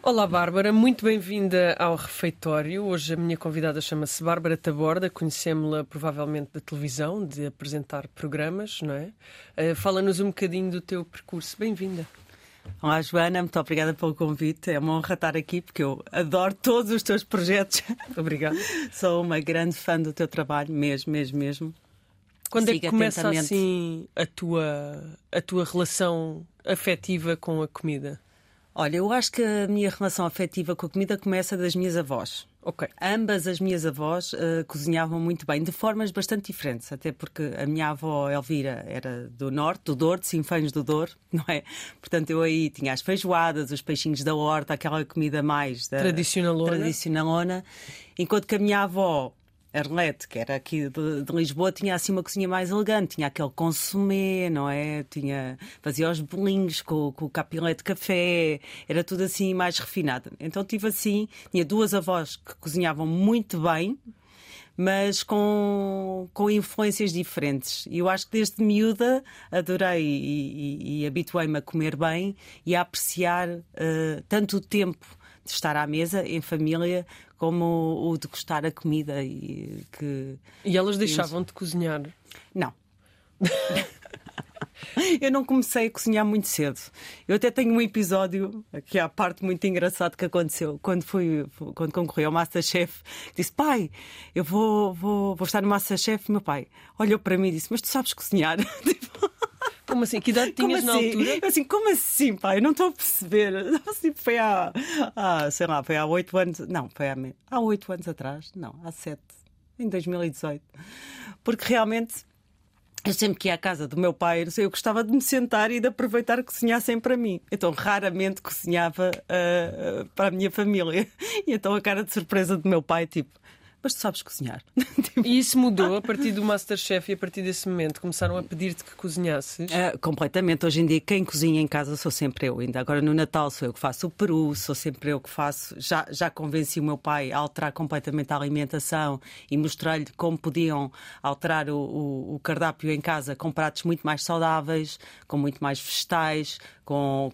Olá Bárbara, muito bem-vinda ao Refeitório. Hoje a minha convidada chama-se Bárbara Taborda, conhecemos-la provavelmente da televisão, de apresentar programas, não é? Fala-nos um bocadinho do teu percurso. Bem-vinda. Olá Joana, muito obrigada pelo convite. É uma honra estar aqui porque eu adoro todos os teus projetos. Obrigada. Sou uma grande fã do teu trabalho, mesmo. Quando é que começa assim a tua relação afetiva com a comida? Olha, eu acho que a minha relação afetiva com a comida começa das minhas avós. Ok. Ambas as minhas avós cozinhavam muito bem, de formas bastante diferentes, até porque a minha avó Elvira era do norte, do Douro, de Sinfãs do Douro, não é? Portanto, eu aí tinha as feijoadas, os peixinhos da horta, aquela comida mais tradicionalona, enquanto que a minha avó Arlete, que era aqui de Lisboa, tinha assim uma cozinha mais elegante, tinha aquele consomé, não é? Fazia os bolinhos com o capilé de café, era tudo assim mais refinado. Então tinha duas avós que cozinhavam muito bem, mas com influências diferentes. E eu acho que desde miúda adorei e habituei-me a comer bem e a apreciar tanto o tempo de estar à mesa, em família, como o de gostar a comida. E elas deixavam-te cozinhar? Não. Eu não comecei a cozinhar muito cedo. Eu até tenho um episódio, que é a parte muito engraçada que aconteceu, quando concorri ao MasterChef, disse: pai, eu vou estar no MasterChef. Meu pai olhou para mim e disse: mas tu sabes cozinhar? Como assim? Que idade tinhas na altura? Eu assim, como assim, pai? Eu não estou a perceber. Assim, foi foi há 8 anos. Não, foi há 8 anos atrás. Não, há 7. Em 2018. Porque realmente, eu sempre que ia à casa do meu pai, eu gostava de me sentar e de aproveitar que cozinhassem para mim. Então, raramente cozinhava para a minha família. E então a cara de surpresa do meu pai, tipo: mas tu sabes cozinhar? E isso mudou a partir do MasterChef e a partir desse momento começaram a pedir-te que cozinhasses? Completamente. Hoje em dia quem cozinha em casa sou sempre eu. Ainda agora no Natal sou eu que faço o peru, sou sempre eu que faço. Já convenci o meu pai a alterar completamente a alimentação e mostrei-lhe como podiam alterar o cardápio em casa com pratos muito mais saudáveis, com muito mais vegetais, com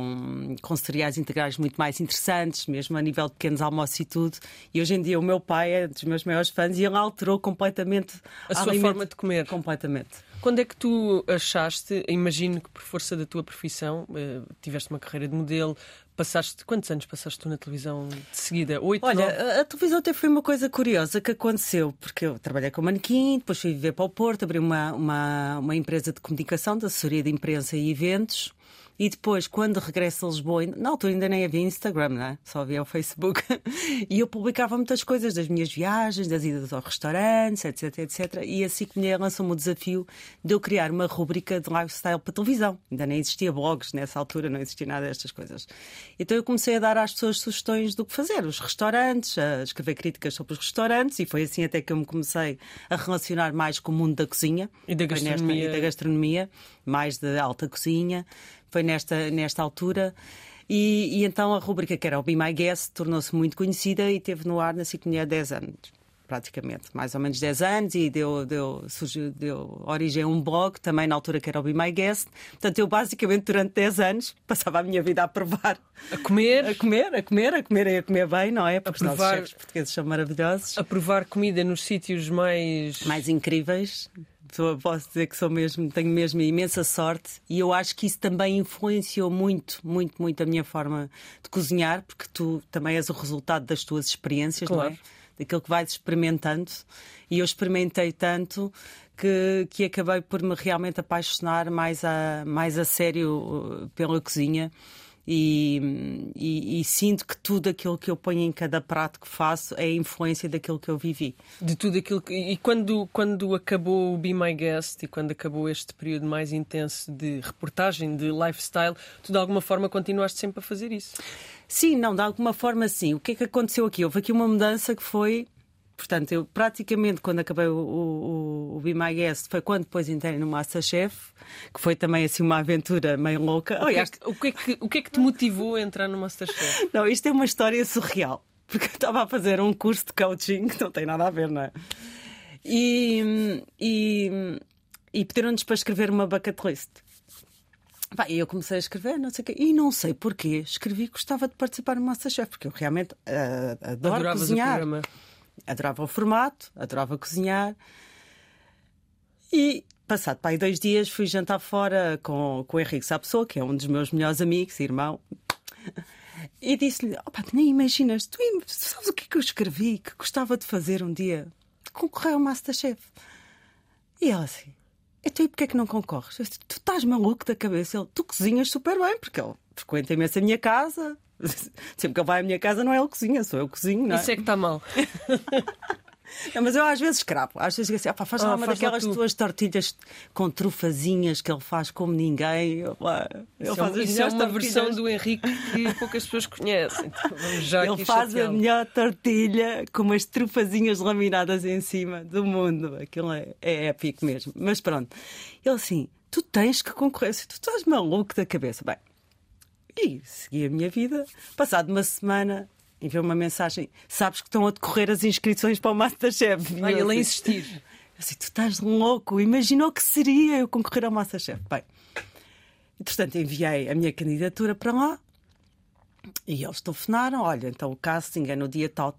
cereais integrais muito mais interessantes, mesmo a nível de pequenos almoços e tudo. E hoje em dia o meu pai é dos meus maiores fãs e ele alterou completamente a sua forma de comer. Completamente. Quando é que tu achaste, imagino que por força da tua profissão, tiveste uma carreira de modelo, quantos anos passaste tu na televisão de seguida? 8, Olha, 9? A televisão até foi uma coisa curiosa que aconteceu, porque eu trabalhei como manequim, depois fui viver para o Porto, abri uma empresa de comunicação, de assessoria de imprensa e eventos. E depois, quando regresso a Lisboa, na altura ainda nem havia Instagram, não é? Só havia o Facebook. E eu publicava muitas coisas das minhas viagens, das idas aos restaurantes, etc. E assim que me lançou-me o desafio de eu criar uma rúbrica de lifestyle para televisão. Ainda nem existia blogs nessa altura, não existia nada destas coisas. Então eu comecei a dar às pessoas sugestões do que fazer. Os restaurantes, a escrever críticas sobre os restaurantes, e foi assim até que eu me comecei a relacionar mais com o mundo da cozinha. E da gastronomia, mais de alta cozinha. Foi nesta altura. E então a rúbrica, que era o Be My Guest, tornou-se muito conhecida e esteve no ar na SIC Mulher há 10 anos, praticamente. Mais ou menos 10 anos, e deu origem a um blog, também na altura, que era o Be My Guest. Portanto, eu basicamente durante 10 anos passava a minha vida a provar. A comer e a comer bem, não é? Porque os nossos chefes portugueses são maravilhosos. A provar comida nos sítios mais incríveis. Posso dizer que tenho mesmo imensa sorte, e eu acho que isso também influenciou muito a minha forma de cozinhar, porque tu também és o resultado das tuas experiências, claro. Não é? Daquilo que vais experimentando, e eu experimentei tanto que acabei por me realmente apaixonar mais a sério pela cozinha. E sinto que tudo aquilo que eu ponho em cada prato que faço é a influência daquilo que eu vivi. De tudo aquilo que... E quando acabou o Be My Guest e quando acabou este período mais intenso de reportagem, de lifestyle, tu de alguma forma continuaste sempre a fazer isso? Sim, de alguma forma sim. O que é que aconteceu aqui? Houve aqui uma mudança que foi... Portanto, eu praticamente, quando acabei o Be My Guest, foi quando depois entrei no MasterChef, que foi também assim uma aventura meio louca. O que é que te motivou a entrar no MasterChef? Não, isto é uma história surreal, porque eu estava a fazer um curso de coaching, que não tem nada a ver, não é? E pediram-nos para escrever uma bucket list. Pá, e eu comecei a escrever, não sei o quê, e não sei porquê, escrevi que gostava de participar no MasterChef, porque eu realmente adoro Adoravas cozinhar. o programa. Adorava o formato, adorava cozinhar. E, passado para aí 2 dias, fui jantar fora com o Henrique Sapessoa, que é um dos meus melhores amigos, irmão. E disse-lhe, tu nem imaginas, tu sabes o que é que eu escrevi, que gostava de fazer um dia? Concorrer ao MasterChef. E ela assim... Então, e porquê é que não concorres? Eu disse, tu estás maluco da cabeça. Ele, tu cozinhas super bem, porque ele frequenta imenso a minha casa. Sempre que ele vai à minha casa, não é ele que cozinha, sou eu que cozinho, não é? Isso é que está mal. Não, mas eu às vezes escravo. Às vezes digo assim, faz lá uma daquelas tuas tortilhas com trufazinhas que ele faz como ninguém. Ele faz isso é uma versão do Henrique que poucas pessoas conhecem. Então, vamos já ele faz a melhor tortilha com umas trufazinhas laminadas em cima do mundo. Aquilo é épico mesmo. Mas pronto. Ele assim, tu tens que concorrer. Tu estás maluco da cabeça. Bem, e segui a minha vida. Passado uma semana... enviou uma mensagem, sabes que estão a decorrer as inscrições para o MasterChef. Vai ele a insistir. Eu assim, tu estás louco, imagina o que seria eu concorrer ao MasterChef. Bem, entretanto enviei a minha candidatura para lá e eles telefonaram, olha, então o casting é no dia tal,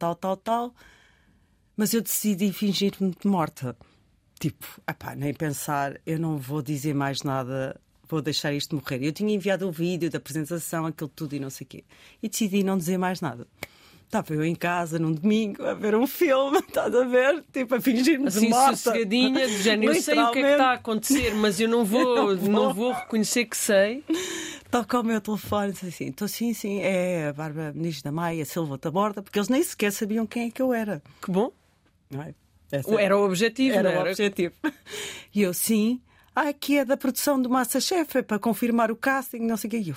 mas eu decidi fingir-me de morta. Tipo, nem pensar, eu não vou dizer mais nada, vou deixar isto morrer. Eu tinha enviado o vídeo da apresentação, aquilo tudo e não sei o quê. E decidi não dizer mais nada. Estava eu em casa num domingo a ver um filme, estás a ver? Tipo, a fingir-me de morta. Assim, sossegadinha, de género, eu sei o que é que está a acontecer, mas eu não vou reconhecer que sei. Toca o meu telefone e diz assim, então sim, é a Bárbara Muniz da Maia, Silva Taborda, porque eles nem sequer sabiam quem é que eu era. Que bom. Não é? Era o objetivo, era não era? O objetivo. E eu, sim, aqui é da produção do MasterChef, é para confirmar o casting, não sei o quê. E eu,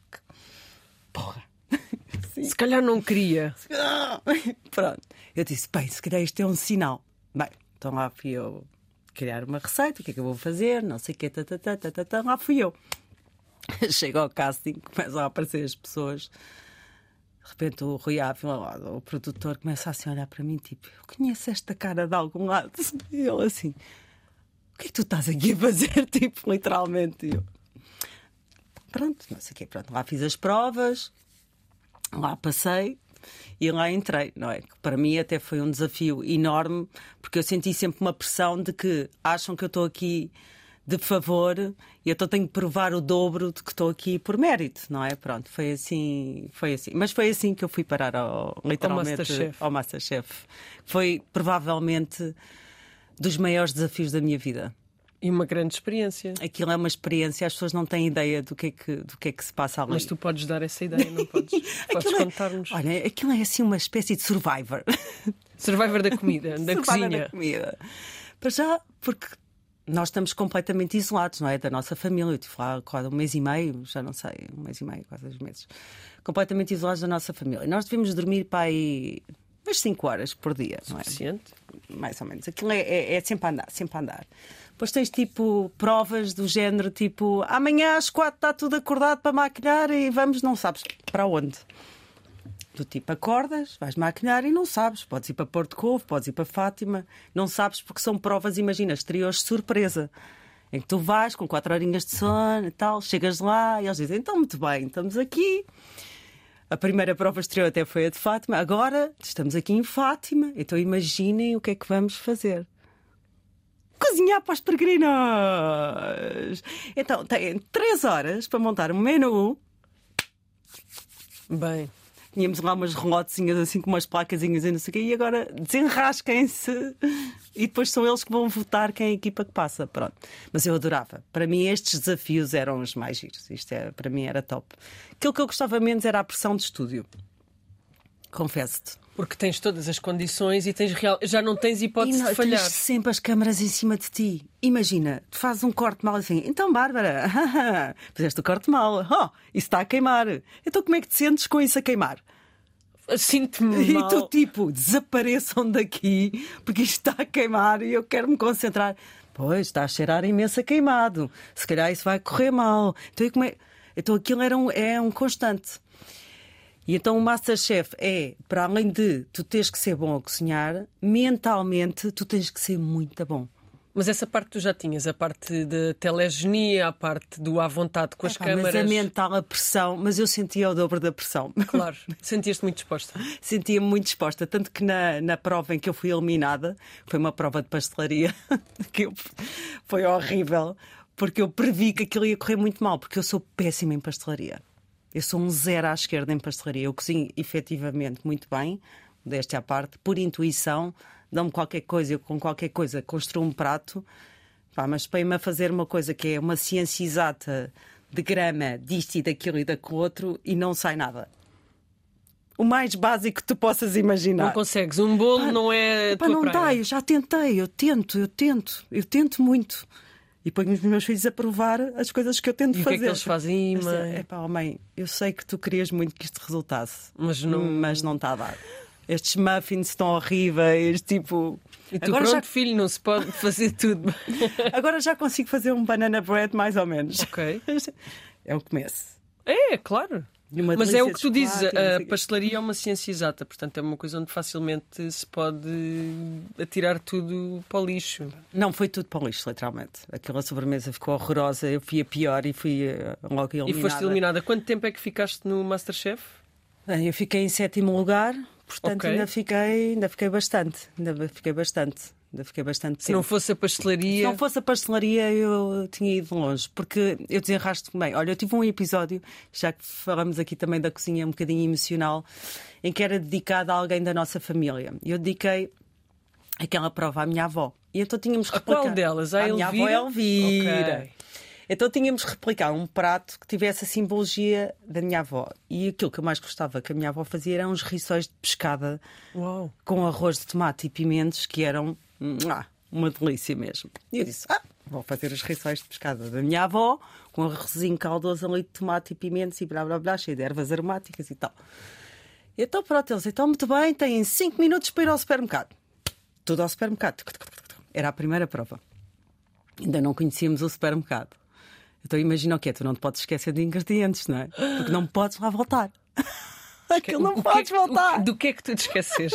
porra. Sim. Se calhar não queria. Pronto. Eu disse, bem, se calhar isto é um sinal. Bem, então lá fui eu criar uma receita, o que é que eu vou fazer, não sei o quê, lá fui eu. Chego ao casting, começam a aparecer as pessoas. De repente o Rui Ávila, o produtor, começa assim a olhar para mim, tipo, eu conheço esta cara de algum lado. E ele assim, o que é que tu estás aqui a fazer? Tipo, literalmente. E eu, pronto, não sei o quê, pronto, lá fiz as provas. Lá passei e lá entrei, não é? Para mim até foi um desafio enorme, porque eu senti sempre uma pressão de que acham que eu estou aqui de favor e então tenho que provar o dobro de que estou aqui por mérito, não é? Pronto, foi assim. Mas foi assim que eu fui parar literalmente ao MasterChef. Foi provavelmente dos maiores desafios da minha vida. E uma grande experiência. Aquilo é uma experiência, as pessoas não têm ideia do que é que se passa ali. Mas tu podes dar essa ideia, não podes? Podes contar-nos. Olha, aquilo é assim uma espécie de Survivor. Survivor da comida, da cozinha. Da comida. Para já, porque nós estamos completamente isolados, não é? Da nossa família. Eu estive lá quase 1 mês e meio, já não sei, 1 mês e meio, quase 2 meses. Completamente isolados da nossa família. E nós devemos dormir para aí umas 5 horas por dia, não é? Suficiente. Mais ou menos. Aquilo é sempre a andar. Depois tens tipo provas do género, tipo amanhã às 4 está tudo acordado para maquilhar e vamos, não sabes para onde. Do tipo acordas, vais maquilhar e não sabes. Podes ir para Porto Covo, podes ir para Fátima, não sabes porque são provas, imagina, exteriores de surpresa. Em que tu vais com 4 horinhas de sono e tal, chegas lá e eles dizem, então muito bem, estamos aqui. A primeira prova exterior até foi a de Fátima, agora estamos aqui em Fátima, então imaginem o que é que vamos fazer. Cozinhar para os peregrinos! Então, têm 3 horas para montar um menu. Bem, tínhamos lá umas relotezinhas assim com umas placazinhas e não sei o quê, e agora desenrasquem-se e depois são eles que vão votar quem é a equipa que passa. Pronto. Mas eu adorava. Para mim estes desafios eram os mais giros. Para mim era top. Aquilo que eu gostava menos era a pressão de estúdio. Confesso-te. Porque tens todas as condições e já não tens hipótese de falhar. Tens sempre as câmaras em cima de ti. Imagina, tu fazes um corte mal assim. Então, Bárbara, fizeste o corte mal. Isso está a queimar. Então como é que te sentes com isso a queimar? Sinto-me mal. E tu tipo, desapareçam daqui porque isto está a queimar e eu quero me concentrar. Pois, está a cheirar imenso a queimado. Se calhar isso vai correr mal. Então aquilo é um constante. E então o MasterChef para além de tu teres que ser bom a cozinhar, mentalmente tu tens que ser muito bom. Mas essa parte tu já tinhas, a parte da telegenia, a parte do à vontade com as câmaras. Mas a mental, a pressão, mas eu sentia o dobro da pressão. Claro, sentias-te muito disposta. Sentia-me muito disposta, tanto que na prova em que eu fui eliminada, foi uma prova de pastelaria, foi horrível, porque eu previ que aquilo ia correr muito mal, porque eu sou péssima em pastelaria. Eu sou um zero à esquerda em pastelaria. Eu cozinho efetivamente muito bem, desta à parte, por intuição. Dão-me qualquer coisa, eu com qualquer coisa construo um prato, mas para-me a fazer uma coisa que é uma ciência exata de grama, disto e daquilo e daquele outro, e não sai nada. O mais básico que tu possas imaginar. Não consegues, um bolo não é a tua não praia. dá, eu já tentei, eu tento muito. E ponho os meus filhos a provar as coisas que eu tento fazer. E o que é que eles fazem, mãe? Mãe, eu sei que tu querias muito que isto resultasse, mas não está a dar. Estes muffins estão horríveis, tipo... E tu, agora pronto, filho, não se pode fazer tudo. Agora já consigo fazer um banana bread, mais ou menos. Ok. É um começo. É, claro. Mas é o que tu dizes, a pastelaria é uma ciência exata, portanto é uma coisa onde facilmente se pode atirar tudo para o lixo. Não foi tudo para o lixo, literalmente. Aquela sobremesa ficou horrorosa, eu fui a pior e fui logo eliminada. E foste eliminada. Quanto tempo é que ficaste no MasterChef? Eu fiquei em 7º lugar. Portanto, ainda fiquei bastante. Se não fosse a pastelaria... Se não fosse a pastelaria, eu tinha ido longe. Porque eu desenrasco bem. Olha, eu tive um episódio, já que falamos aqui também da cozinha um bocadinho emocional, em que era dedicado a alguém da nossa família. Eu dediquei aquela prova à minha avó. E então tínhamos que replicar. A qual delas? A minha avó Elvira. Okay. Então tínhamos que replicar um prato que tivesse a simbologia da minha avó. E aquilo que eu mais gostava que a minha avó fazia eram uns rissóis de pescada. Uau. Com arroz de tomate e pimentos, que eram uma delícia mesmo. E eu disse, vou fazer os rissóis de pescada da minha avó, com arrozinho caldoso ali de tomate e pimentos e blá blá blá, cheio de ervas aromáticas e tal. E então pronto, eles, então muito bem, têm 5 minutos para ir ao supermercado. Tudo ao supermercado. Era a primeira prova. Ainda não conhecíamos o supermercado. Então imagina o quê? Tu não te podes esquecer de ingredientes, não é? Porque não podes lá voltar. Aquilo não podes voltar. Do que é que tu te esqueceste?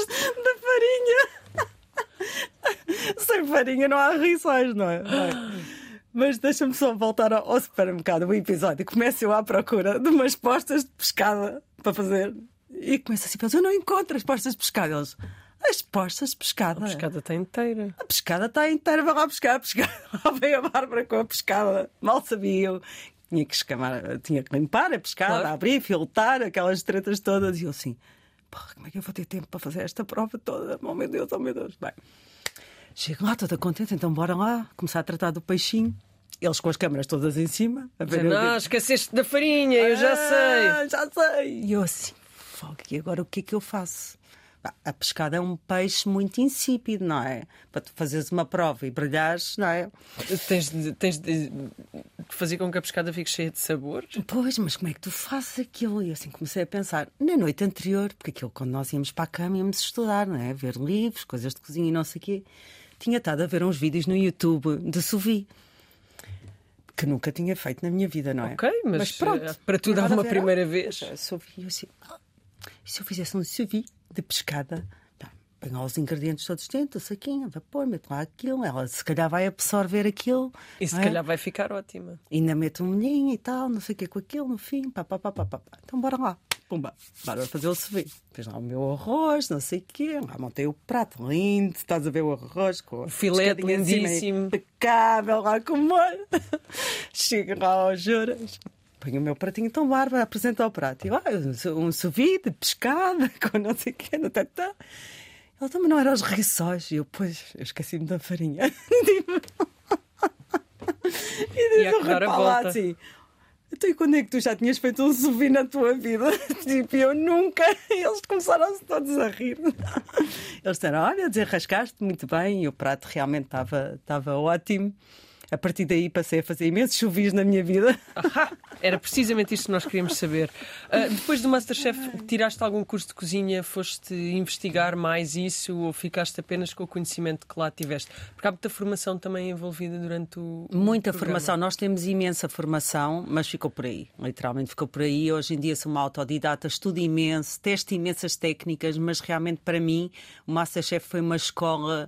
Da farinha. Sem farinha não há rissóis, não é? Mas deixa-me só voltar ao supermercado, o episódio. Começo eu à procura de umas postas de pescada para fazer. E começo assim, eu não encontro as postas de pescada. Eles... As postas de pescada. A pescada está inteira. A pescada está inteira, vai lá buscar a pescada. Lá veio a Bárbara com a pescada. Mal sabia eu. Tinha que escamar, tinha que limpar a pescada, claro. Abrir, filtrar, aquelas tretas todas. E eu assim, como é que eu vou ter tempo para fazer esta prova toda? Oh meu Deus, oh meu Deus. Bem, chego lá toda contente, então bora lá começar a tratar do peixinho. Eles com as câmaras todas em cima. A ver esqueceste da farinha, eu já sei. Já sei. E eu assim, e agora o que é que eu faço? A pescada é um peixe muito insípido, não é? Para tu fazeres uma prova e brilhares, não é? Tens de fazer com que a pescada fique cheia de sabor? Pois, mas como é que tu fazes aquilo? E assim comecei a pensar, na noite anterior, porque aquilo quando nós íamos para a cama íamos estudar, não é? Ver livros, coisas de cozinha e não sei o quê. Tinha estado a ver uns vídeos no YouTube de sous vide, que nunca tinha feito na minha vida, não é? Ok, mas pronto, para tu dar uma primeira vez. Sous vide, eu assim, e se eu fizesse um sous vide de pescada, põe lá os ingredientes todos dentro, o saquinho, vapor, mete lá aquilo, ela se calhar vai absorver aquilo. E se calhar vai ficar ótima. Ainda mete um molhinho e tal, não sei o que com aquilo, no fim, pá. Então bora lá, pumba, bora fazer o sous vide. Fiz lá o meu arroz, não sei o quê, lá montei o prato lindo, estás a ver o arroz com o filete lindíssimo, impecável, lá com o molho. Chega lá aos juras. Ponho o meu pratinho, então Bárbara apresenta o prato. E um sous vide de pescada, com não sei o quê, no tatá. Ele também não era os rissóis. E eu esqueci-me da farinha. E diz o rapaz assim, então e quando é que tu já tinhas feito um sous vide na tua vida? Tipo, eu nunca. E eles começaram-se todos a rir. Eles disseram, olha, desenrascaste muito bem. E o prato realmente estava ótimo. A partir daí passei a fazer imensos sous vides na minha vida. Era precisamente isto que nós queríamos saber. Depois do MasterChef, tiraste algum curso de cozinha? Foste investigar mais isso ou ficaste apenas com o conhecimento que lá tiveste? Porque há muita formação também envolvida durante o Muita programa. Formação. Nós temos imensa formação, mas ficou por aí. Literalmente ficou por aí. Hoje em dia sou uma autodidata, estudo imenso, testo imensas técnicas, mas realmente para mim o MasterChef foi uma escola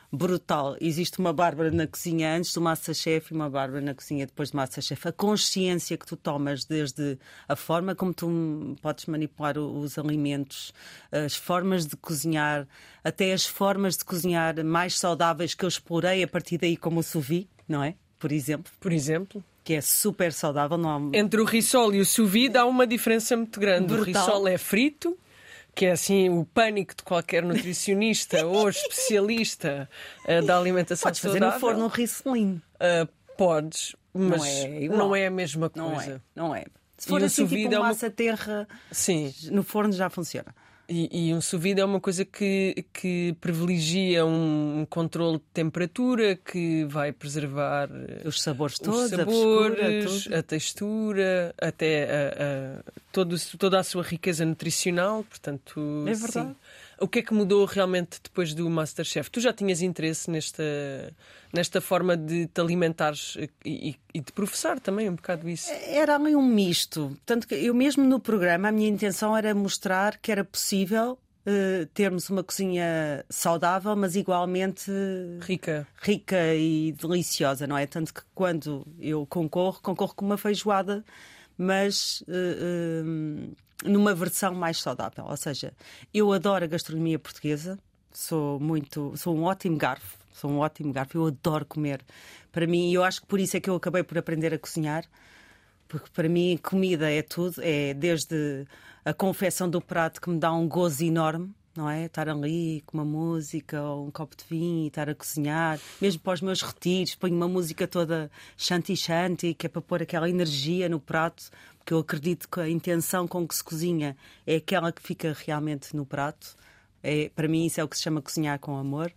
brutal. Existe uma Bárbara na cozinha antes do MasterChef e uma Bárbara na cozinha depois do MasterChef. A consciência que tu tomas, desde a forma como tu podes manipular os alimentos, as formas de cozinhar, até as formas de cozinhar mais saudáveis que eu explorei a partir daí, como o sous vide, não é? Por exemplo. Que é super saudável. Não há... Entre o rissol e o sous vide há uma diferença muito grande. Brutal. O rissol é frito, que é assim o pânico de qualquer nutricionista ou especialista da alimentação Podes fazer saudável. no forno um rissolinho. Podes, mas não é a mesma Não coisa. Não é. Se for assim, tipo é uma massa terra, Sim. no forno já funciona. E um sous vide é uma coisa que privilegia um controle de temperatura, que vai preservar os sabores os todos, sabores, a a textura, até toda a sua riqueza nutricional. Portanto, é verdade. Sim. O que é que mudou realmente depois do MasterChef? Tu já tinhas interesse nesta forma de te alimentares e de professar também um bocado isso? Era ali um misto. Tanto que eu mesmo no programa, a minha intenção era mostrar que era possível termos uma cozinha saudável, mas igualmente rica e deliciosa, não é? Tanto que quando eu concorro com uma feijoada, mas numa versão mais saudável. Ou seja, eu adoro a gastronomia portuguesa, sou um ótimo garfo. Eu adoro comer. Para mim, eu acho que por isso é que eu acabei por aprender a cozinhar, porque para mim comida é tudo, é desde a confecção do prato, que me dá um gozo enorme, não é? Estar ali com uma música ou um copo de vinho e estar a cozinhar, mesmo para os meus retiros, ponho uma música toda shanty, que é para pôr aquela energia no prato, porque eu acredito que a intenção com que se cozinha é aquela que fica realmente no prato. Para mim isso é o que se chama cozinhar com amor.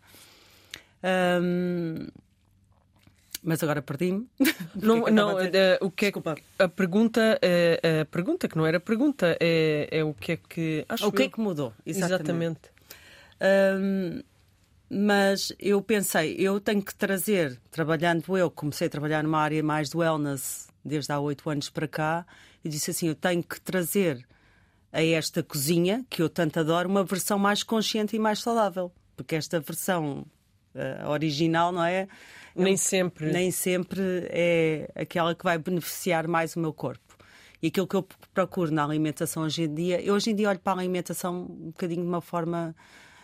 Mas agora perdi-me. O que é a pergunta que não era pergunta é o que é que o que é que mudou? Exatamente. Mas eu pensei, eu tenho que trazer, comecei a trabalhar numa área mais do wellness desde há 8 anos para cá, e disse assim, eu tenho que trazer a esta cozinha, que eu tanto adoro, uma versão mais consciente e mais saudável. Porque esta versão original, não é? Nem sempre é aquela que vai beneficiar mais o meu corpo. E aquilo que eu procuro na alimentação hoje em dia, eu hoje em dia olho para a alimentação um bocadinho de uma forma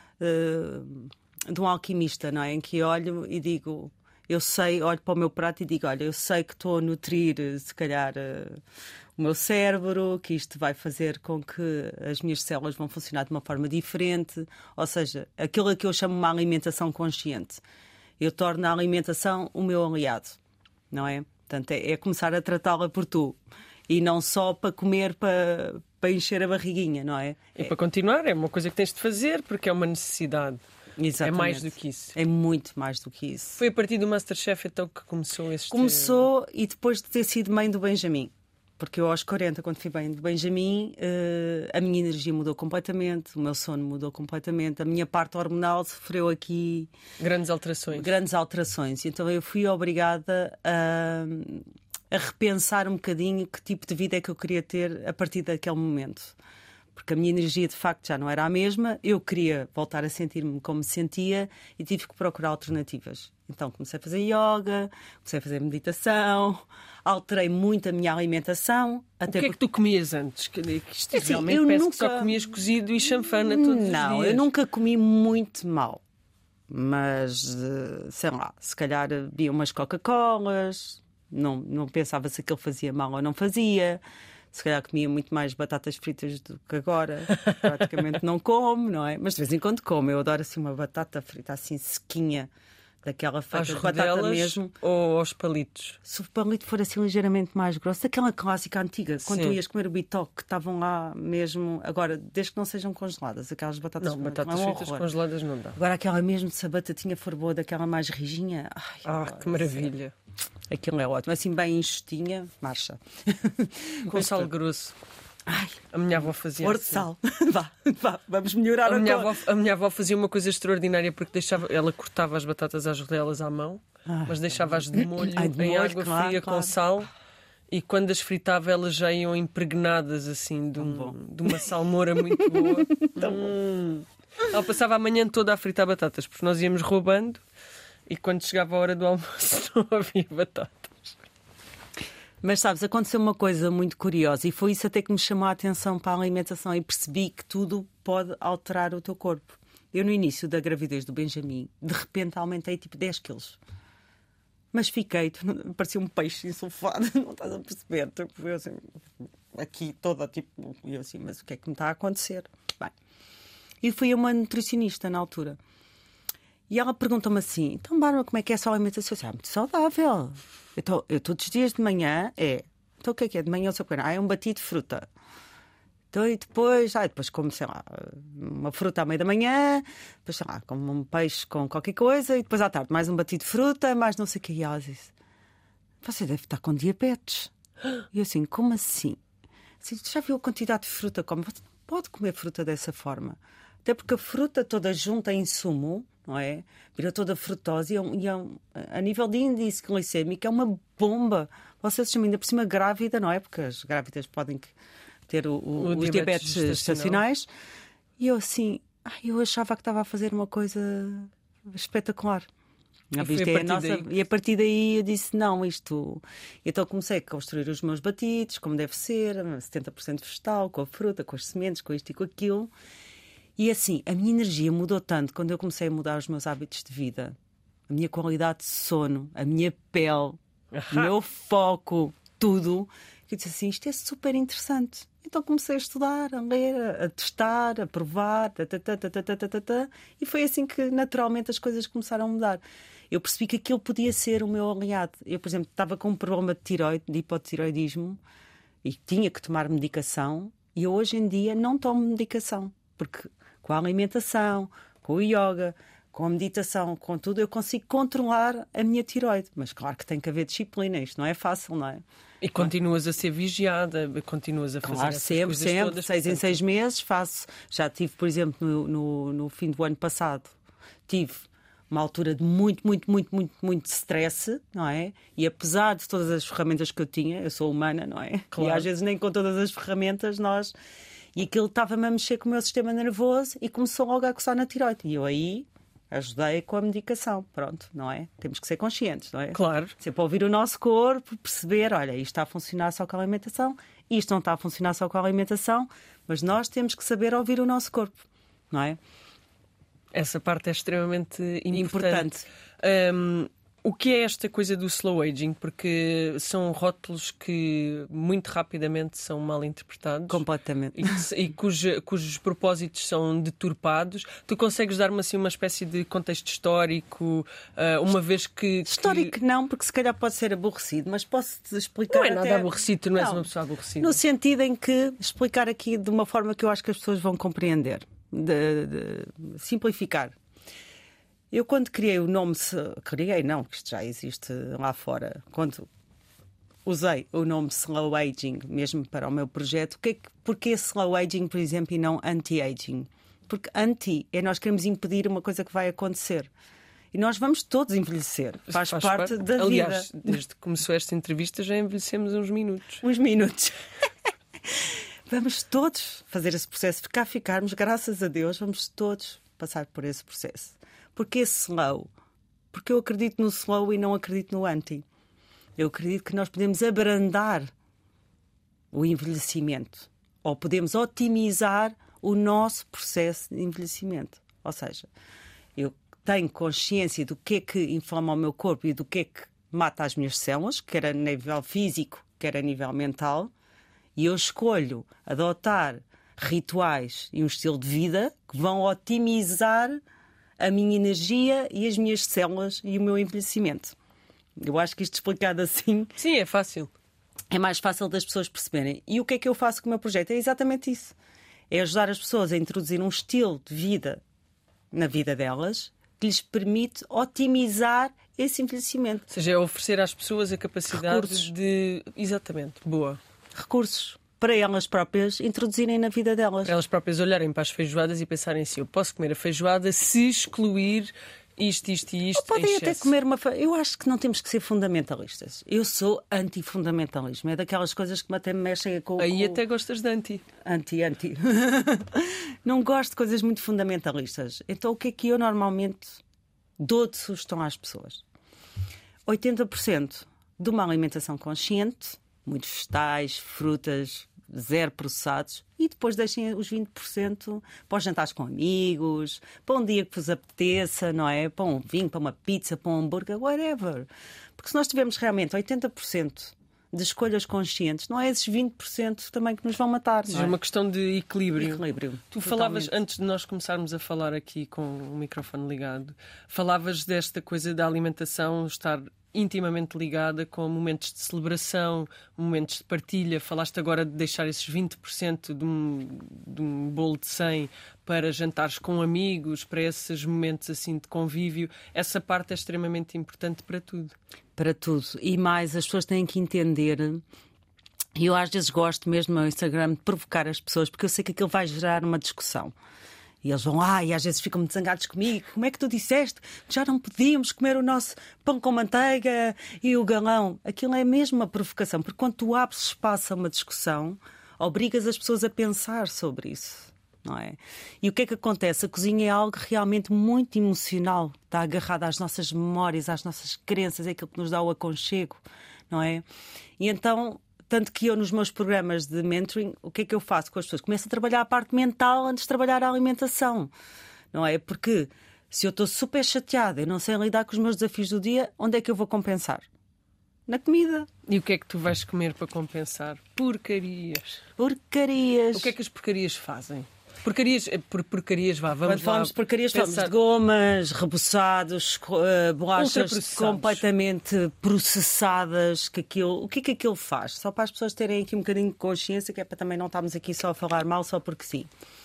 de um alquimista, não é? Em que olho e digo, olho para o meu prato e digo, olha, eu sei que estou a nutrir, se calhar, o meu cérebro, que isto vai fazer com que as minhas células vão funcionar de uma forma diferente. Ou seja, aquilo que eu chamo uma alimentação consciente. Eu torno a alimentação o meu aliado, não é? Portanto, é começar a tratá-la por tu. E não só para comer, para encher a barriguinha, não é? E para continuar, é uma coisa que tens de fazer porque é uma necessidade. Exatamente. É mais do que isso. É muito mais do que isso. Foi a partir do MasterChef então que começou este... Começou e depois de ter sido mãe do Benjamin. Porque eu aos 40, quando fui mãe do Benjamin, a minha energia mudou completamente, o meu sono mudou completamente, a minha parte hormonal sofreu aqui... Grandes alterações. Então eu fui obrigada a repensar um bocadinho que tipo de vida é que eu queria ter a partir daquele momento. Porque a minha energia de facto já não era a mesma, eu queria voltar a sentir-me como me sentia e tive que procurar alternativas. Então comecei a fazer yoga, comecei a fazer meditação, alterei muito a minha alimentação. O que é que tu comias antes? Que isto realmente parece que só comias cozido e chanfana todos os dias. Não, eu nunca comi muito mal. Mas, sei lá, se calhar bebia umas Coca-Colas, não pensava se aquilo fazia mal ou não fazia. Se calhar comia muito mais batatas fritas do que agora. Praticamente não como, não é? Mas de vez em quando como. Eu adoro assim uma batata frita assim sequinha, daquela feita de batata mesmo. Ou aos palitos? Se o palito for assim ligeiramente mais grosso, daquela clássica antiga, quando tu ias comer o bitoque, que estavam lá mesmo. Agora, desde que não sejam congeladas, aquelas batatas não, batatas fritas congeladas não dá. Agora aquela mesmo, se a batatinha for boa, daquela mais rijinha. Que maravilha. Aquilo é ótimo, assim bem enxutinha, marcha. Com sal grosso. Ai, a minha avó fazia flor de sal. Vá, vamos melhorar a minha avó fazia uma coisa extraordinária, porque ela cortava as batatas às rodelas à mão, mas deixava-as de molho em água fria com sal, e quando as fritava elas já iam impregnadas assim de uma salmoura muito boa. Ela passava a manhã toda a fritar batatas, porque nós íamos roubando e quando chegava a hora do almoço não havia batatas. Mas sabes, aconteceu uma coisa muito curiosa e foi isso até que me chamou a atenção para a alimentação e percebi que tudo pode alterar o teu corpo. Eu no início da gravidez do Benjamin, de repente aumentei tipo 10 quilos. Mas fiquei, parecia um peixe insulfado, não estás a perceber? Eu assim, aqui toda tipo, e eu assim, mas o que é que me está a acontecer? Bem, e fui a uma nutricionista na altura. E ela pergunta-me assim, então Bárbara, como é que é a sua alimentação? Eu disse, muito saudável. Então, eu todos os dias de manhã então o que é de manhã? Eu sou pequena. É um batido de fruta. Então, e depois como, sei lá, uma fruta à meia da manhã, depois, sei lá, como um peixe com qualquer coisa, e depois à tarde mais um batido de fruta, mais não sei o que. E ela disse, você deve estar com diabetes. E eu assim, como assim? Já viu a quantidade de fruta que come? Você pode comer fruta dessa forma. Até porque a fruta toda junta em sumo, não é? Vira toda frutose e a nível de índice glicêmico é uma bomba. Vocês chamam ainda por cima grávida, não é? Porque as grávidas podem ter os diabetes estacionais. E eu assim, eu achava que estava a fazer uma coisa espetacular. E a partir daí eu disse, não, isto... Então comecei a construir os meus batidos, como deve ser, 70% vegetal, com a fruta, com as sementes, com isto e com aquilo. E assim, a minha energia mudou tanto quando eu comecei a mudar os meus hábitos de vida. A minha qualidade de sono, a minha pele, o meu foco, tudo. Eu disse assim, isto é super interessante. Então comecei a estudar, a ler, a testar, a provar, e foi assim que naturalmente as coisas começaram a mudar. Eu percebi que aquilo podia ser o meu aliado. Eu, por exemplo, estava com um problema de tiroide, de hipotiroidismo, e tinha que tomar medicação, e eu hoje em dia não tomo medicação, porque com a alimentação, com o yoga, com a meditação, com tudo, eu consigo controlar a minha tiroide. Mas claro que tem que haver disciplina, isto não é fácil, não é? E continuas a ser vigiada, continuas a fazer essas coisas todas. 6 em 6 meses faço. Já tive, por exemplo, no fim do ano passado, tive uma altura de muito stress, não é? E apesar de todas as ferramentas que eu tinha, eu sou humana, não é? Claro. E às vezes nem com todas as ferramentas nós... E aquilo estava-me a mexer com o meu sistema nervoso e começou logo a coçar na tiroide. E eu aí... ajudei com a medicação, pronto, não é? Temos que ser conscientes, não é? Claro. Sempre ouvir o nosso corpo, perceber, olha, isto está a funcionar só com a alimentação, isto não está a funcionar só com a alimentação, mas nós temos que saber ouvir o nosso corpo, não é? Essa parte é extremamente importante. O que é esta coisa do slow aging? Porque são rótulos que muito rapidamente são mal interpretados. Completamente. E cujos propósitos são deturpados. Tu consegues dar-me assim uma espécie de contexto histórico, uma vez que... Histórico não, porque se calhar pode ser aborrecido, mas posso-te explicar. Não é nada aborrecido, tu não és uma pessoa aborrecida. No sentido em que explicar aqui de uma forma que eu acho que as pessoas vão compreender. De simplificar. Eu quando criei o nome... não, que isto já existe lá fora. Quando usei o nome Slow Aging, mesmo para o meu projeto, porquê Slow Aging, por exemplo, e não Anti-Aging? Porque anti é nós queremos impedir uma coisa que vai acontecer. E nós vamos todos envelhecer. Faz parte da vida. Aliás, desde que começou esta entrevista já envelhecemos uns minutos. Uns minutos. Vamos todos fazer esse processo. Ficarmos, graças a Deus, vamos todos passar por esse processo. Porquê slow? Porque eu acredito no slow e não acredito no anti. Eu acredito que nós podemos abrandar o envelhecimento ou podemos otimizar o nosso processo de envelhecimento. Ou seja, eu tenho consciência do que é que inflama o meu corpo e do que é que mata as minhas células, quer a nível físico, quer a nível mental, e eu escolho adotar rituais e um estilo de vida que vão otimizar a minha energia e as minhas células e o meu envelhecimento. Eu acho que isto explicado assim... Sim, é fácil. É mais fácil das pessoas perceberem. E o que é que eu faço com o meu projeto? É exatamente isso. É ajudar as pessoas a introduzir um estilo de vida na vida delas que lhes permite otimizar esse envelhecimento. Ou seja, é oferecer às pessoas a capacidade de... Exatamente, boa. Recursos. Para elas próprias introduzirem na vida delas. Para elas próprias olharem para as feijoadas e pensarem assim, eu posso comer a feijoada se excluir isto e isto. Ou podem até comer uma... Eu acho que não temos que ser fundamentalistas. Eu sou anti-fundamentalismo. É daquelas coisas que até me mexem com... Aí até gostas de anti. Anti. Não gosto de coisas muito fundamentalistas. Então o que é que eu normalmente dou de sugestão às pessoas? 80% de uma alimentação consciente, muitos vegetais, frutas, zero processados, e depois deixem os 20% para os jantares com amigos, para um dia que vos apeteça, não é? Para um vinho, para uma pizza, para um hambúrguer, whatever. Porque se nós tivermos realmente 80% de escolhas conscientes, não é esses 20% também que nos vão matar. Ou seja, é uma questão de equilíbrio. Totalmente. Tu falavas, antes de nós começarmos a falar aqui com o microfone ligado, falavas desta coisa da alimentação estar intimamente ligada com momentos de celebração, momentos de partilha. Falaste agora de deixar esses 20% de um bolo de 100 para jantares com amigos, para esses momentos assim de convívio. Essa parte é extremamente importante para tudo. Para tudo. E mais, as pessoas têm que entender... E eu às vezes gosto mesmo no Instagram de provocar as pessoas, porque eu sei que aquilo vai gerar uma discussão. E eles vão, e às vezes ficam muito zangados comigo. Como é que tu disseste que já não podíamos comer o nosso pão com manteiga e o galão? Aquilo é mesmo uma provocação, porque quando tu abres espaço a uma discussão, obrigas as pessoas a pensar sobre isso, não é? E o que é que acontece? A cozinha é algo realmente muito emocional. Está agarrado às nossas memórias, às nossas crenças, é aquilo que nos dá o aconchego, não é? E então... Tanto que eu, nos meus programas de mentoring, o que é que eu faço com as pessoas? Começo a trabalhar a parte mental antes de trabalhar a alimentação. Não é? Porque se eu estou super chateada e não sei lidar com os meus desafios do dia, onde é que eu vou compensar? Na comida. E o que é que tu vais comer para compensar? Porcarias. Porcarias. O que é que as porcarias fazem? Porcarias, vá, vamos Quando falamos lá de porcarias, falamos de gomas, reboçados, bolachas completamente processadas. O que é que aquilo faz? Só para as pessoas terem aqui um bocadinho de consciência, que é para também não estarmos aqui só a falar mal, só porque sim.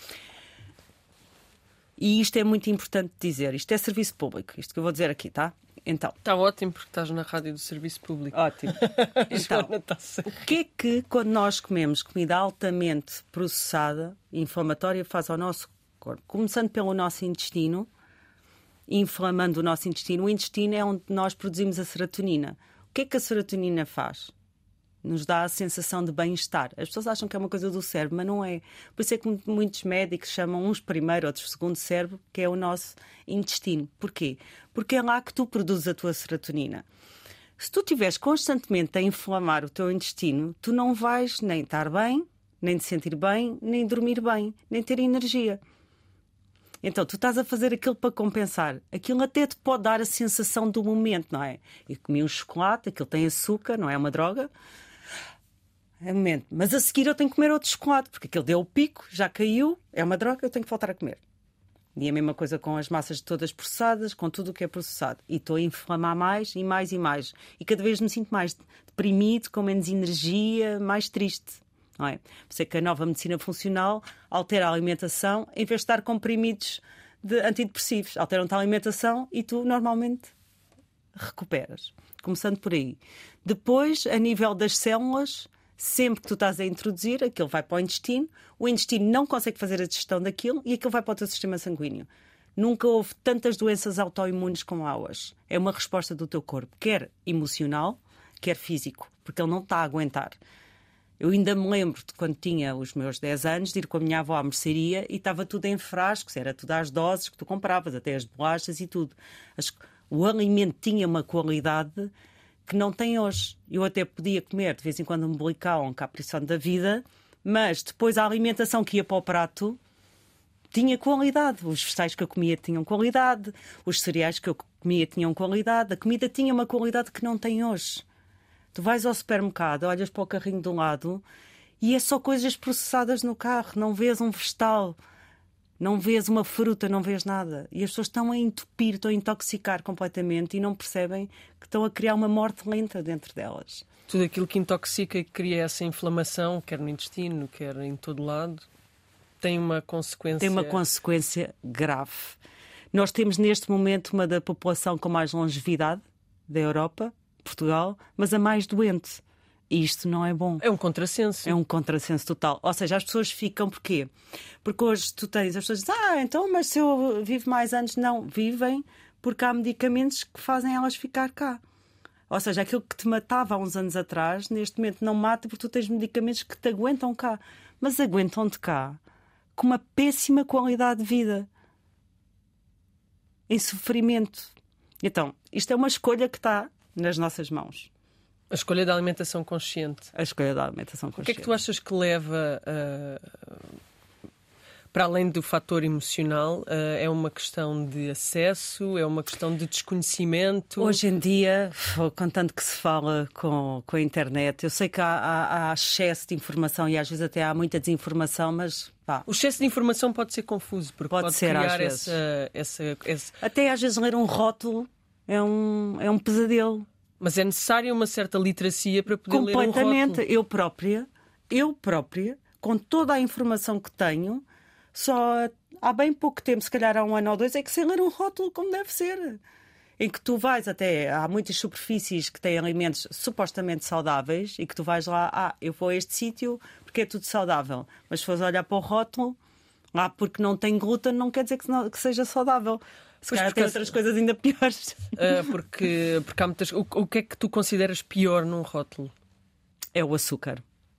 E isto é muito importante dizer. Isto é serviço público, isto que eu vou dizer aqui, tá? Então. Está ótimo porque estás na rádio do serviço público. Ótimo. Então, o que é que quando nós comemos comida altamente processada e inflamatória faz ao nosso corpo? Começando pelo nosso intestino, inflamando o nosso intestino. O intestino é onde nós produzimos a serotonina. O que é que a serotonina faz? Nos dá a sensação de bem-estar. As pessoas acham que é uma coisa do cérebro, mas não é. Por isso é que muitos médicos chamam uns primeiro, outros segundo cérebro, que é o nosso intestino. Porquê? Porque é lá que tu produzes a tua serotonina. Se tu estiveres constantemente a inflamar o teu intestino, tu não vais nem estar bem, nem te sentir bem, nem dormir bem, nem ter energia. Então, tu estás a fazer aquilo para compensar. Aquilo até te pode dar a sensação do momento, não é? Eu comi um chocolate, aquilo tem açúcar, não é uma droga. É um momento. Mas a seguir eu tenho que comer outro chocolate, porque aquele deu o pico, já caiu, é uma droga, eu tenho que voltar a comer. E a mesma coisa com as massas todas processadas, com tudo o que é processado. E estou a inflamar mais e mais e mais. E cada vez me sinto mais deprimido, com menos energia, mais triste. Não é? Por isso é que a nova medicina funcional altera a alimentação em vez de estar comprimidos de antidepressivos. Alteram-te a alimentação e tu normalmente recuperas. Começando por aí. Depois, a nível das células, sempre que tu estás a introduzir, aquilo vai para o intestino não consegue fazer a digestão daquilo e aquilo vai para o teu sistema sanguíneo. Nunca houve tantas doenças autoimunes como há hoje. É uma resposta do teu corpo, quer emocional, quer físico, porque ele não está a aguentar. Eu ainda me lembro de quando tinha os meus 10 anos, de ir com a minha avó à mercearia e estava tudo em frascos, era tudo às doses que tu compravas, até as bolachas e tudo. O alimento tinha uma qualidade que não tem hoje. Eu até podia comer de vez em quando um bolical, um caprichão da vida, mas depois a alimentação que ia para o prato tinha qualidade. Os vegetais que eu comia tinham qualidade, os cereais que eu comia tinham qualidade, a comida tinha uma qualidade que não tem hoje. Tu vais ao supermercado, olhas para o carrinho do lado e é só coisas processadas no carro. Não vês um vegetal, não vês uma fruta, não vês nada. E as pessoas estão a entupir, estão a intoxicar completamente e não percebem que estão a criar uma morte lenta dentro delas. Tudo aquilo que intoxica e cria essa inflamação, quer no intestino, quer em todo lado, tem uma consequência... Tem uma consequência grave. Nós temos neste momento uma da população com mais longevidade da Europa, Portugal, mas a mais doente. E isto não é bom. É um contrassenso. É um contrassenso total. Ou seja, as pessoas ficam porquê? Porque hoje tu tens, as pessoas dizem, então, mas se eu vivo mais anos, não. Vivem porque há medicamentos que fazem elas ficar cá. Ou seja, aquilo que te matava há uns anos atrás, neste momento não mata porque tu tens medicamentos que te aguentam cá. Mas aguentam-te cá com uma péssima qualidade de vida. Em sofrimento. Então, isto é uma escolha que está nas nossas mãos. A escolha da alimentação consciente. A escolha da alimentação consciente. O que é que tu achas que leva, para além do fator emocional, é uma questão de acesso, é uma questão de desconhecimento? Hoje em dia, com tanto que se fala com a internet, eu sei que há excesso de informação e às vezes até há muita desinformação, mas... O excesso de informação pode ser confuso, porque pode ser, criar essa... Até às vezes ler um rótulo é um pesadelo. Mas é necessária uma certa literacia para poder ler um rótulo. Completamente. Eu própria, com toda a informação que tenho, só há bem pouco tempo, se calhar há 1 ano ou 2, é que sei ler um rótulo como deve ser. Em que tu vais há muitas superfícies que têm alimentos supostamente saudáveis e que tu vais lá, eu vou a este sítio porque é tudo saudável. Mas se fores olhar para o rótulo, porque não tem glúten, não quer dizer que seja saudável. Se calhar tem outras coisas ainda piores. Porque há muitas... O que é que tu consideras pior num rótulo? É o açúcar.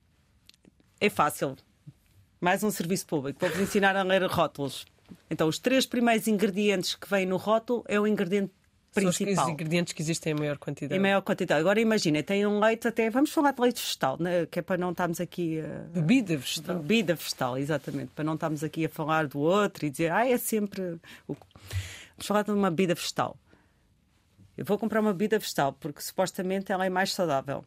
É fácil. Mais um serviço público. Vou-vos ensinar a ler rótulos. Então, os 3 primeiros ingredientes que vêm no rótulo é o ingrediente principal. São os ingredientes que existem em maior quantidade. Em maior quantidade. Agora imagina, tem um leite até... Vamos falar de leite vegetal, né? Que é para não estarmos aqui... Bebida vegetal. Bebida vegetal, exatamente. Para não estarmos aqui a falar do outro e dizer, é sempre... Vamos falar de uma bebida vegetal. Eu vou comprar uma bebida vegetal porque supostamente ela é mais saudável.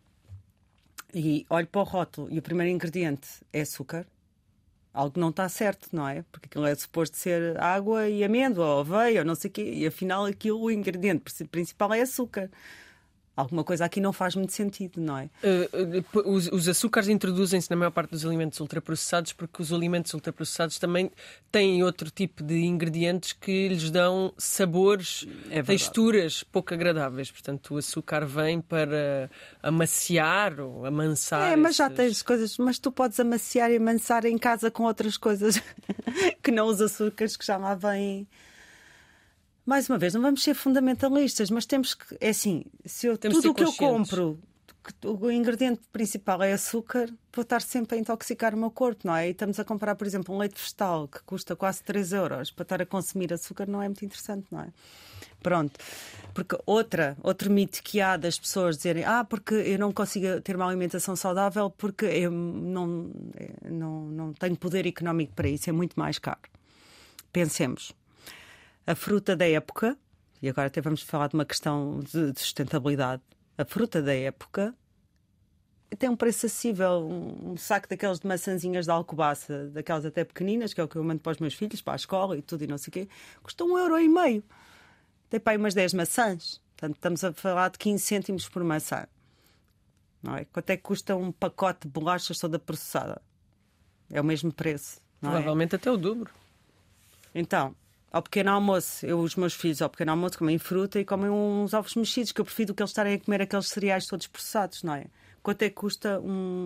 E olho para o rótulo e o primeiro ingrediente é açúcar. Algo não está certo, não é? Porque aquilo é suposto ser água e amêndoa ou aveia ou não sei o quê. E afinal o ingrediente principal é açúcar. Alguma coisa aqui não faz muito sentido, não é? Os açúcares introduzem-se na maior parte dos alimentos ultraprocessados porque os alimentos ultraprocessados também têm outro tipo de ingredientes que lhes dão sabores, texturas pouco agradáveis. Portanto, o açúcar vem para amaciar ou amansar. Mas já tens coisas, mas tu podes amaciar e amansar em casa com outras coisas que não os açúcares que já lá vêm. Mais uma vez, não vamos ser fundamentalistas, mas temos que... É assim, tudo o que eu compro, o ingrediente principal é açúcar, vou estar sempre a intoxicar o meu corpo, não é? E estamos a comprar, por exemplo, um leite vegetal que custa quase 3 euros para estar a consumir açúcar, não é muito interessante, não é? Pronto. Porque outro mito que há das pessoas dizerem porque eu não consigo ter uma alimentação saudável porque eu não tenho poder económico para isso, é muito mais caro. Pensemos. A fruta da época, e agora até vamos falar de uma questão de sustentabilidade, a fruta da época tem um preço acessível. Um saco daqueles de maçãzinhas de Alcobaça, daquelas até pequeninas, que é o que eu mando para os meus filhos, para a escola e tudo e não sei o quê, custa 1,5 €. Tem para aí umas 10 maçãs. Portanto, estamos a falar de 15 cêntimos por maçã. Não é? Quanto é que custa um pacote de bolachas toda processada? É o mesmo preço. Provavelmente até o dobro. Então... Ao pequeno almoço, os meus filhos ao pequeno almoço comem fruta e comem uns ovos mexidos, que eu prefiro do que eles estarem a comer aqueles cereais todos processados, não é? Quanto é que custa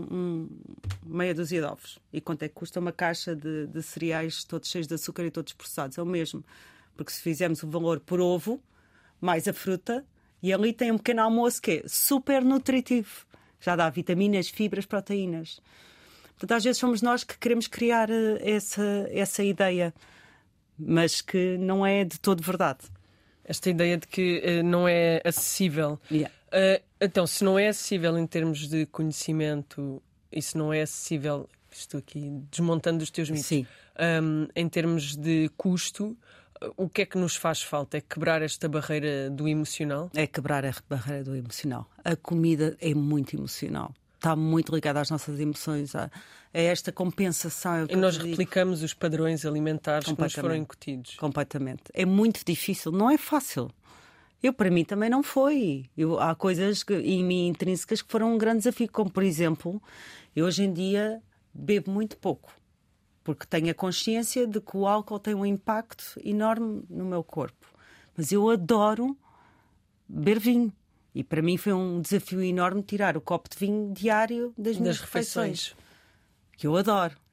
meia dúzia de ovos? E quanto é que custa uma caixa de cereais todos cheios de açúcar e todos processados? É o mesmo. Porque se fizermos o valor por ovo, mais a fruta, e ali tem um pequeno almoço que é super nutritivo. Já dá vitaminas, fibras, proteínas. Portanto, às vezes somos nós que queremos criar essa ideia, mas que não é de todo verdade. Esta ideia de que não é acessível. Yeah. Então, se não é acessível em termos de conhecimento e se não é acessível, estou aqui desmontando os teus mitos, Sim. Em termos de custo, o que é que nos faz falta? É quebrar esta barreira do emocional? É quebrar a barreira do emocional. A comida é muito emocional. Está muito ligada às nossas emoções, a esta compensação. E nós replicamos os padrões alimentares que nos foram incutidos. Completamente. É muito difícil, não é fácil. Para mim também não foi. Há coisas em mim intrínsecas que foram um grande desafio, como por exemplo, eu hoje em dia bebo muito pouco, porque tenho a consciência de que o álcool tem um impacto enorme no meu corpo. Mas eu adoro beber vinho. E para mim foi um desafio enorme tirar o copo de vinho diário das minhas refeições. Que eu adoro.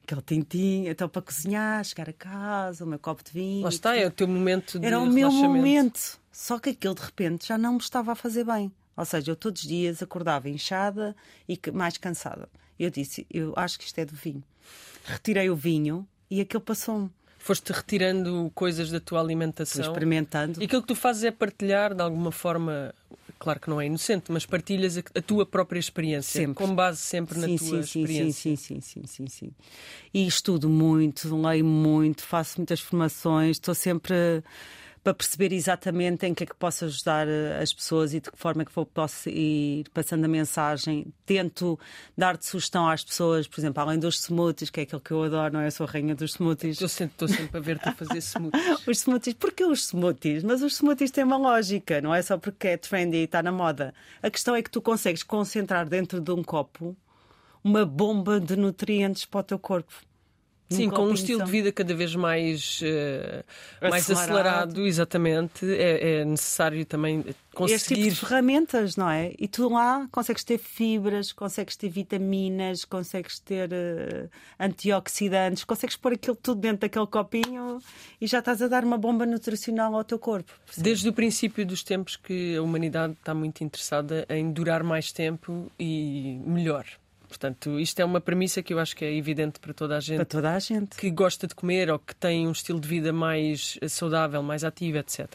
aquele tintim, então para cozinhar, chegar a casa, o meu copo de vinho. Lá está, é o teu momento de Era o meu relaxamento. momento. Só que aquilo de repente já não me estava a fazer bem. Ou seja, eu todos os dias acordava inchada e mais cansada. Eu disse, eu acho que isto é do vinho. Retirei o vinho e aquilo passou-me. Foste retirando coisas da tua alimentação. Fui experimentando. E aquilo que tu fazes é partilhar, de alguma forma, claro que não é inocente, mas partilhas a tua própria experiência. Sempre. Com base sempre na tua experiência. Sim. E estudo muito, leio muito, faço muitas formações, estou sempre para perceber exatamente em que é que posso ajudar as pessoas e de que forma é que posso ir passando a mensagem. Tento dar-te sugestão às pessoas, por exemplo, além dos smoothies, que é aquilo que eu adoro, não é? Eu sou a rainha dos smoothies. Estou sempre a ver-te a fazer smoothies. Os smoothies, porquê os smoothies? Mas os smoothies têm uma lógica, não é só porque é trendy e está na moda. A questão é que tu consegues concentrar dentro de um copo uma bomba de nutrientes para o teu corpo. Sim, com um estilo de vida cada vez mais acelerado, exatamente, é necessário também conseguir... Este tipo de ferramentas, não é? E tu lá consegues ter fibras, consegues ter vitaminas, consegues ter antioxidantes, consegues pôr aquilo tudo dentro daquele copinho e já estás a dar uma bomba nutricional ao teu corpo. Desde o princípio dos tempos que a humanidade está muito interessada em durar mais tempo e melhor. Portanto, isto é uma premissa que eu acho que é evidente para toda a gente. Para toda a gente. Que gosta de comer ou que tem um estilo de vida mais saudável, mais ativo, etc.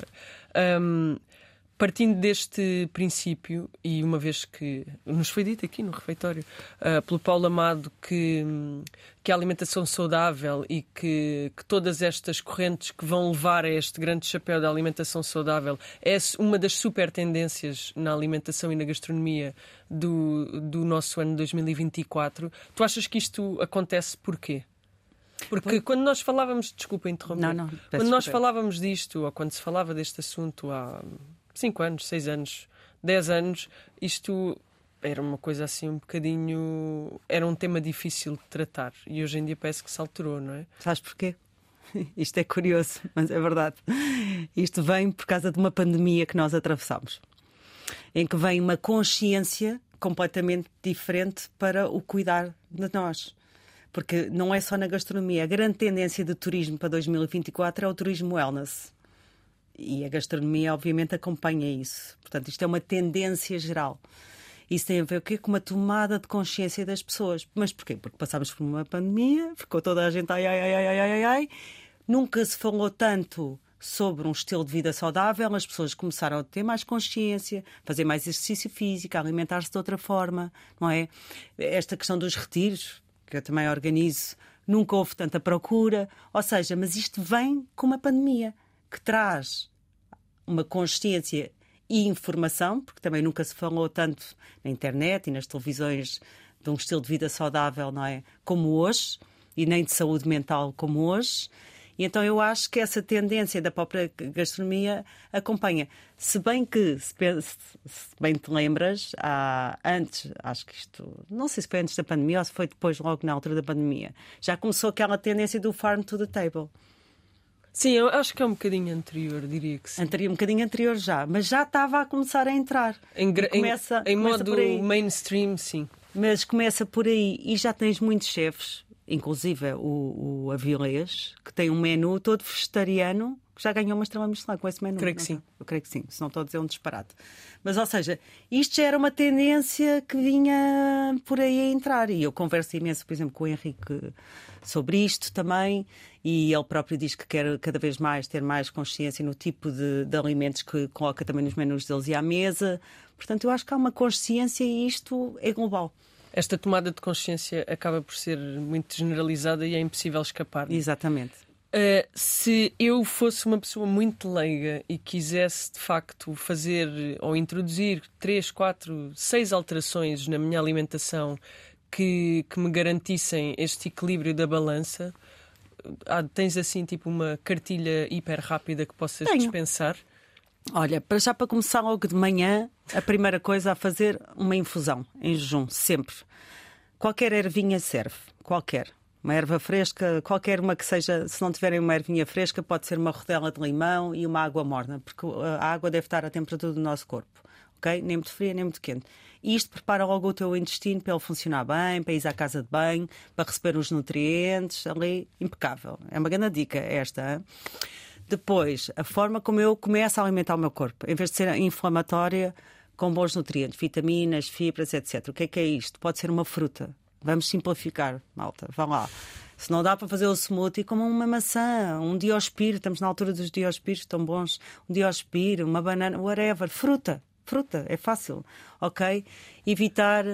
Partindo deste princípio, e uma vez que nos foi dito aqui no refeitório pelo Paulo Amado que a alimentação saudável e que todas estas correntes que vão levar a este grande chapéu da alimentação saudável é uma das super tendências na alimentação e na gastronomia do nosso ano 2024. Tu achas que isto acontece porquê? Porque quando nós falávamos... Desculpa interromper. Não, quando nós falávamos disto, ou quando se falava deste assunto há 5 anos, 6 anos, 10 anos, isto era uma coisa assim um bocadinho... Era um tema difícil de tratar. E hoje em dia parece que se alterou, não é? Sabes porquê? Isto é curioso, mas é verdade. Isto vem por causa de uma pandemia que nós atravessamos, em que vem uma consciência completamente diferente para o cuidar de nós. Porque não é só na gastronomia. A grande tendência de turismo para 2024 é o turismo wellness. E a gastronomia, obviamente, acompanha isso. Portanto, isto é uma tendência geral. Isso tem a ver com uma tomada de consciência das pessoas. Mas porquê? Porque passámos por uma pandemia, ficou toda a gente ai. Nunca se falou tanto sobre um estilo de vida saudável, as pessoas começaram a ter mais consciência, fazer mais exercício físico, alimentar-se de outra forma, não é? Esta questão dos retiros, que eu também organizo, nunca houve tanta procura. Ou seja, mas isto vem com uma pandemia que traz uma consciência e informação, porque também nunca se falou tanto na internet e nas televisões de um estilo de vida saudável, não é? Como hoje, e nem de saúde mental como hoje. E então eu acho que essa tendência da própria gastronomia acompanha. Se bem que, se bem te lembras, antes, acho que isto, não sei se foi antes da pandemia ou se foi depois, logo na altura da pandemia, já começou aquela tendência do farm to the table. Sim, eu acho que é um bocadinho anterior, diria que sim. Um bocadinho anterior já, mas já estava a começar a entrar. Em modo mainstream, sim. Mas começa por aí e já tens muitos chefes, inclusive o Avilés, que tem um menu todo vegetariano, que já ganhou uma estrela Michelin com esse menu. Creio que sim. Eu creio que sim, se não estou a dizer um disparate. Mas, ou seja, isto já era uma tendência que vinha por aí a entrar. E eu converso imenso, por exemplo, com o Henrique sobre isto também, e ele próprio diz que quer cada vez mais ter mais consciência no tipo de alimentos que coloca também nos menus deles e à mesa. Portanto, eu acho que há uma consciência e isto é global. Esta tomada de consciência acaba por ser muito generalizada e é impossível escapar. Exatamente. Se eu fosse uma pessoa muito leiga e quisesse de facto fazer ou introduzir 3, 4, 6 alterações na minha alimentação que me garantissem este equilíbrio da balança, tens assim tipo uma cartilha hiper rápida que possas dispensar? Olha, para começar logo de manhã, a primeira coisa a fazer uma infusão em jejum, sempre. Qualquer ervinha serve, qualquer. Uma erva fresca, qualquer uma que seja, se não tiverem uma ervinha fresca, pode ser uma rodela de limão e uma água morna, porque a água deve estar à temperatura do nosso corpo. ok? Nem muito fria, nem muito quente. E isto prepara logo o teu intestino para ele funcionar bem, para ir à casa de banho, para receber os nutrientes, ali, impecável. É uma grande dica esta, hein? Depois, a forma como eu começo a alimentar o meu corpo, em vez de ser inflamatória, com bons nutrientes, vitaminas, fibras, etc. O que é isto? Pode ser uma fruta. Vamos simplificar, malta. Vá lá. Se não dá para fazer o smoothie, como uma maçã, um diospiro. Estamos na altura dos diospiros, tão bons. Um diospiro, uma banana, whatever. Fruta, é fácil, ok? Evitar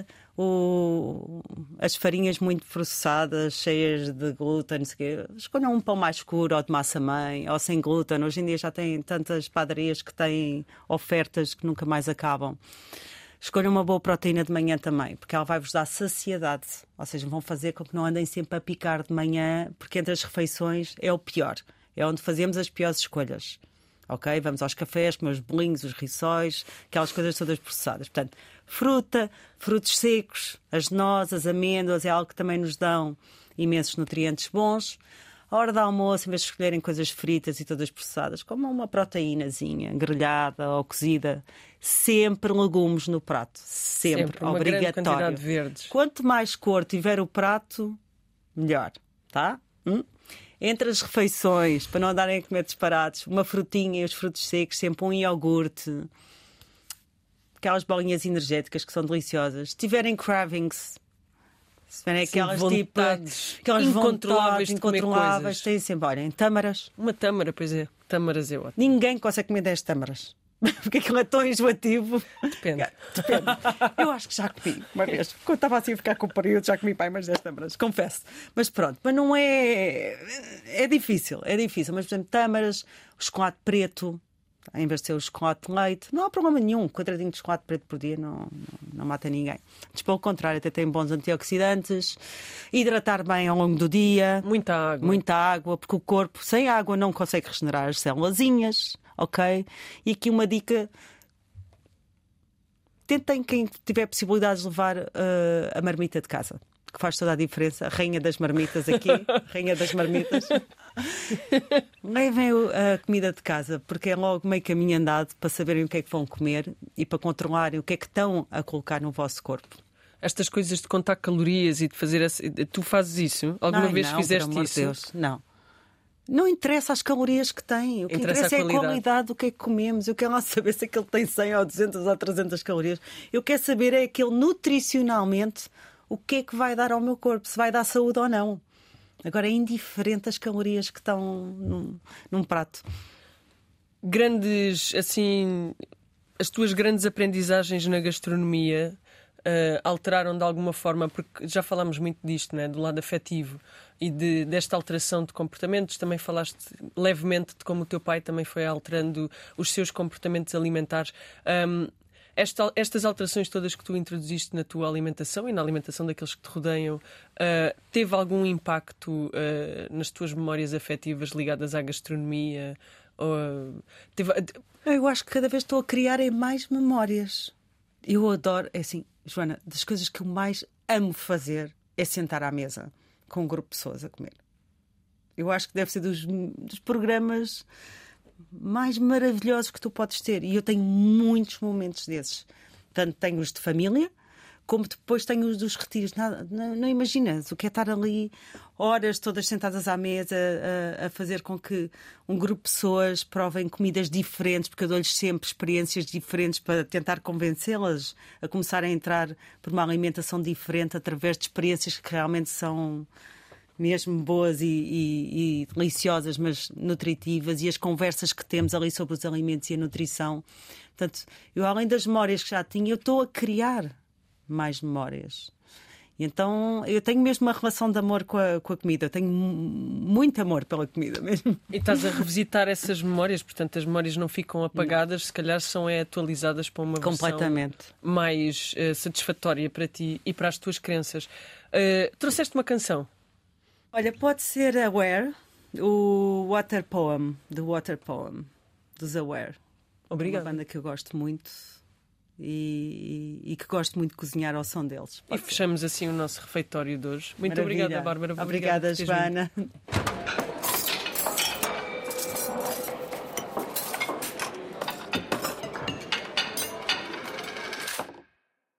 as farinhas muito processadas, cheias de glúten. Escolham um pão mais escuro, ou de massa-mãe, ou sem glúten. Hoje em dia já tem tantas padarias que têm ofertas que nunca mais acabam. Escolham uma boa proteína de manhã também, porque ela vai-vos dar saciedade. Ou seja, vão fazer com que não andem sempre a picar de manhã, porque entre as refeições é o pior. É onde fazemos as piores escolhas. Ok? Vamos aos cafés, comer os bolinhos, os rissóis, aquelas coisas todas processadas. Portanto, fruta, frutos secos, as nozes, as amêndoas, é algo que também nos dão imensos nutrientes bons. À hora do almoço, em vez de escolherem coisas fritas e todas processadas, como uma proteínazinha grelhada ou cozida, sempre legumes no prato. Sempre uma obrigatório. grande quantidade de verdes. Quanto mais cor tiver o prato, melhor. Tá? Entre as refeições, para não andarem a comer disparados, uma frutinha e os frutos secos, sempre um iogurte, aquelas bolinhas energéticas que são deliciosas. Se tiverem cravings, se tiverem aquelas vontades aquelas incontroláveis de comer coisas, têm sempre, olhem, tâmaras. Uma tâmara, pois é. Tâmaras é ótimo. Ninguém consegue comer 10 tâmaras. Porque aquilo é tão enjoativo. Depende. Eu acho que já comi uma vez. Quando estava assim a ficar com o período, já comi mais 10 tâmaras, confesso. Mas pronto, mas não é. É difícil. Mas, por exemplo, tâmaras, o chocolate preto, em vez de ser o chocolate de leite, não há problema nenhum. Um quadradinho de chocolate preto por dia não mata ninguém. Mas, pelo contrário, até tem bons antioxidantes. Hidratar bem ao longo do dia. Muita água, porque o corpo sem água não consegue regenerar as célulazinhas. Ok? E aqui uma dica: tentem, quem tiver possibilidades, levar a marmita de casa, que faz toda a diferença. A rainha das marmitas aqui, rainha das marmitas. Levem a comida de casa, porque é logo meio caminho andado para saberem o que é que vão comer e para controlarem o que é que estão a colocar no vosso corpo. Estas coisas de contar calorias e de fazer... Tu fazes isso? Alguma vez fizeste isso? Deus, não. Não interessa as calorias que tem. O que interessa é a qualidade do que é que comemos. Eu quero lá saber se aquele tem 100 ou 200 ou 300 calorias. Eu quero saber é aquele nutricionalmente o que é que vai dar ao meu corpo, se vai dar saúde ou não. Agora é indiferente as calorias que estão num prato. Grandes, assim, as tuas grandes aprendizagens na gastronomia alteraram de alguma forma, porque já falámos muito disto, né, do lado afetivo e desta alteração de comportamentos. Também falaste levemente de como o teu pai também foi alterando os seus comportamentos alimentares. Estas alterações todas que tu introduziste na tua alimentação e na alimentação daqueles que te rodeiam, teve algum impacto nas tuas memórias afetivas ligadas à gastronomia? Eu acho que cada vez estou a criar mais memórias. Eu adoro, é assim, Joana, das coisas que eu mais amo fazer é sentar à mesa com um grupo de pessoas a comer. Eu acho que deve ser dos programas mais maravilhosos que tu podes ter. E eu tenho muitos momentos desses. Tanto tenho os de família, como depois tenho os dos retiros. Não imaginas o que é estar ali horas todas sentadas à mesa a fazer com que um grupo de pessoas provem comidas diferentes, porque eu dou-lhes sempre experiências diferentes para tentar convencê-las a começar a entrar por uma alimentação diferente através de experiências que realmente são mesmo boas e deliciosas, mas nutritivas, e as conversas que temos ali sobre os alimentos e a nutrição. Portanto, eu, além das memórias que já tinha, eu estou a criar mais memórias. E então eu tenho mesmo uma relação de amor com a comida. Eu tenho muito amor pela comida mesmo. E estás a revisitar essas memórias, portanto as memórias não ficam apagadas, se calhar são atualizadas para uma versão mais satisfatória para ti e para as tuas crenças. Trouxeste uma canção? Olha, pode ser Aware, o Water Poem, do Water Poem, dos Aware. Obrigado. Uma banda que eu gosto muito e que gosto muito de cozinhar ao som deles. E fechamos assim o nosso refeitório de hoje. Muito obrigada, Bárbara. Obrigada, Joana.